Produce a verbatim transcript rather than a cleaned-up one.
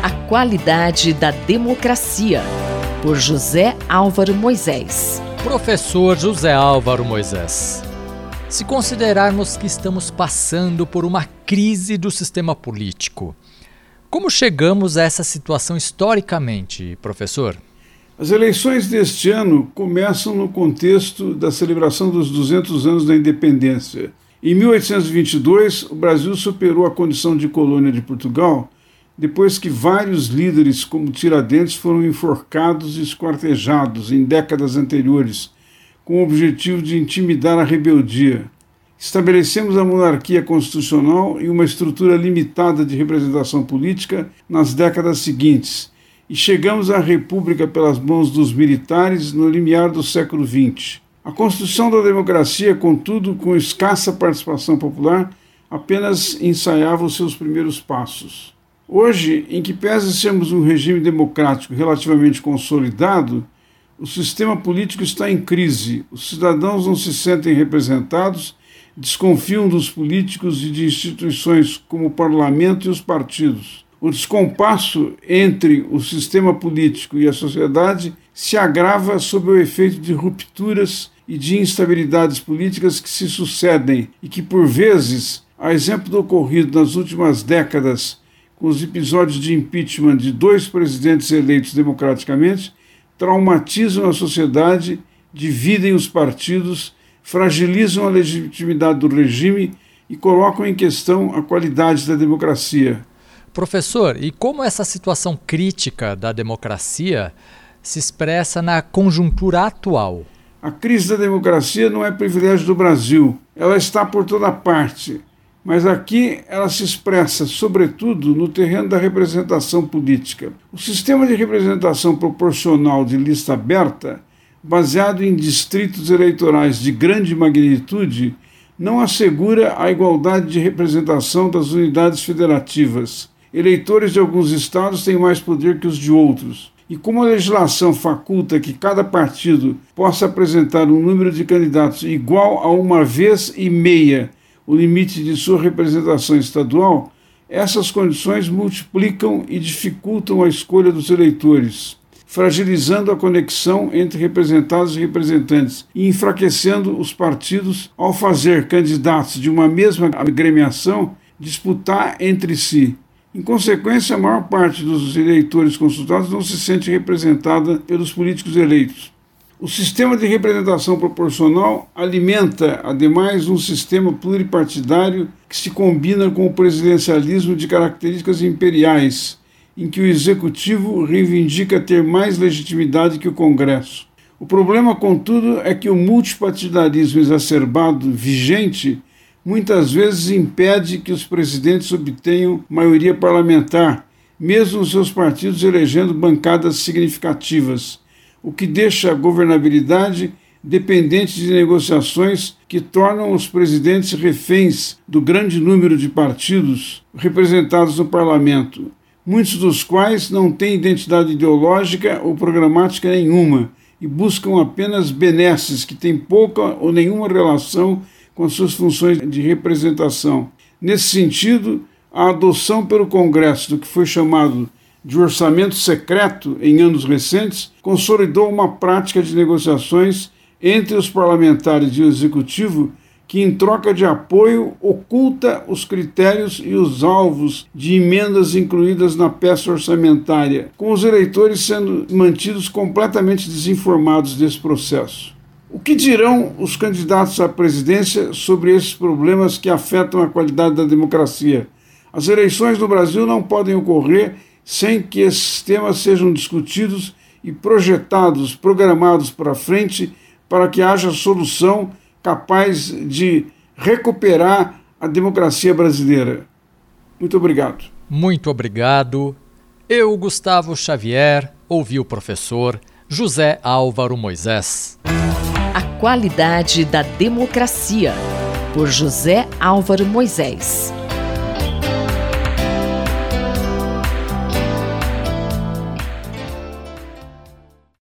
A qualidade da democracia, por José Álvaro Moisés. Professor José Álvaro Moisés, se considerarmos que estamos passando por uma crise do sistema político, como chegamos a essa situação historicamente, professor? As eleições deste ano começam no contexto da celebração dos duzentos anos da independência. Em mil oitocentos e vinte e dois, o Brasil superou a condição de colônia de Portugal depois que vários líderes, como Tiradentes, foram enforcados e esquartejados em décadas anteriores, com o objetivo de intimidar a rebeldia. Estabelecemos a monarquia constitucional e uma estrutura limitada de representação política nas décadas seguintes, e chegamos à república pelas mãos dos militares no limiar do século vinte. A construção da democracia, contudo, com escassa participação popular, apenas ensaiava os seus primeiros passos. Hoje, em que pese sermos um regime democrático relativamente consolidado, o sistema político está em crise, os cidadãos não se sentem representados, desconfiam dos políticos e de instituições como o parlamento e os partidos. O descompasso entre o sistema político e a sociedade se agrava sob o efeito de rupturas e de instabilidades políticas que se sucedem e que, por vezes, a exemplo do ocorrido nas últimas décadas, com os episódios de impeachment de dois presidentes eleitos democraticamente, traumatizam a sociedade, dividem os partidos, fragilizam a legitimidade do regime e colocam em questão a qualidade da democracia. Professor, e como essa situação crítica da democracia se expressa na conjuntura atual? A crise da democracia não é privilégio do Brasil, ela está por toda parte. Mas aqui ela se expressa, sobretudo, no terreno da representação política. O sistema de representação proporcional de lista aberta, baseado em distritos eleitorais de grande magnitude, não assegura a igualdade de representação das unidades federativas. Eleitores de alguns estados têm mais poder que os de outros. E como a legislação faculta que cada partido possa apresentar um número de candidatos igual a uma vez e meia o limite de sua representação estadual, essas condições multiplicam e dificultam a escolha dos eleitores, fragilizando a conexão entre representados e representantes e enfraquecendo os partidos ao fazer candidatos de uma mesma agremiação disputar entre si. Em consequência, a maior parte dos eleitores consultados não se sente representada pelos políticos eleitos. O sistema de representação proporcional alimenta, ademais, um sistema pluripartidário que se combina com o presidencialismo de características imperiais, em que o executivo reivindica ter mais legitimidade que o Congresso. O problema, contudo, é que o multipartidarismo exacerbado vigente muitas vezes impede que os presidentes obtenham maioria parlamentar, mesmo os seus partidos elegendo bancadas significativas, o que deixa a governabilidade dependente de negociações que tornam os presidentes reféns do grande número de partidos representados no parlamento, muitos dos quais não têm identidade ideológica ou programática nenhuma e buscam apenas benesses que têm pouca ou nenhuma relação com suas funções de representação. Nesse sentido, a adoção pelo Congresso do que foi chamado de orçamento secreto em anos recentes consolidou uma prática de negociações entre os parlamentares e o executivo que, em troca de apoio, oculta os critérios e os alvos de emendas incluídas na peça orçamentária, com os eleitores sendo mantidos completamente desinformados desse processo. O que dirão os candidatos à presidência sobre esses problemas que afetam a qualidade da democracia? As eleições no Brasil não podem ocorrer sem que esses temas sejam discutidos e projetados, programados para frente, para que haja solução capaz de recuperar a democracia brasileira. Muito obrigado. Muito obrigado. Eu, Gustavo Xavier, ouvi o professor José Álvaro Moisés. A qualidade da democracia, por José Álvaro Moisés.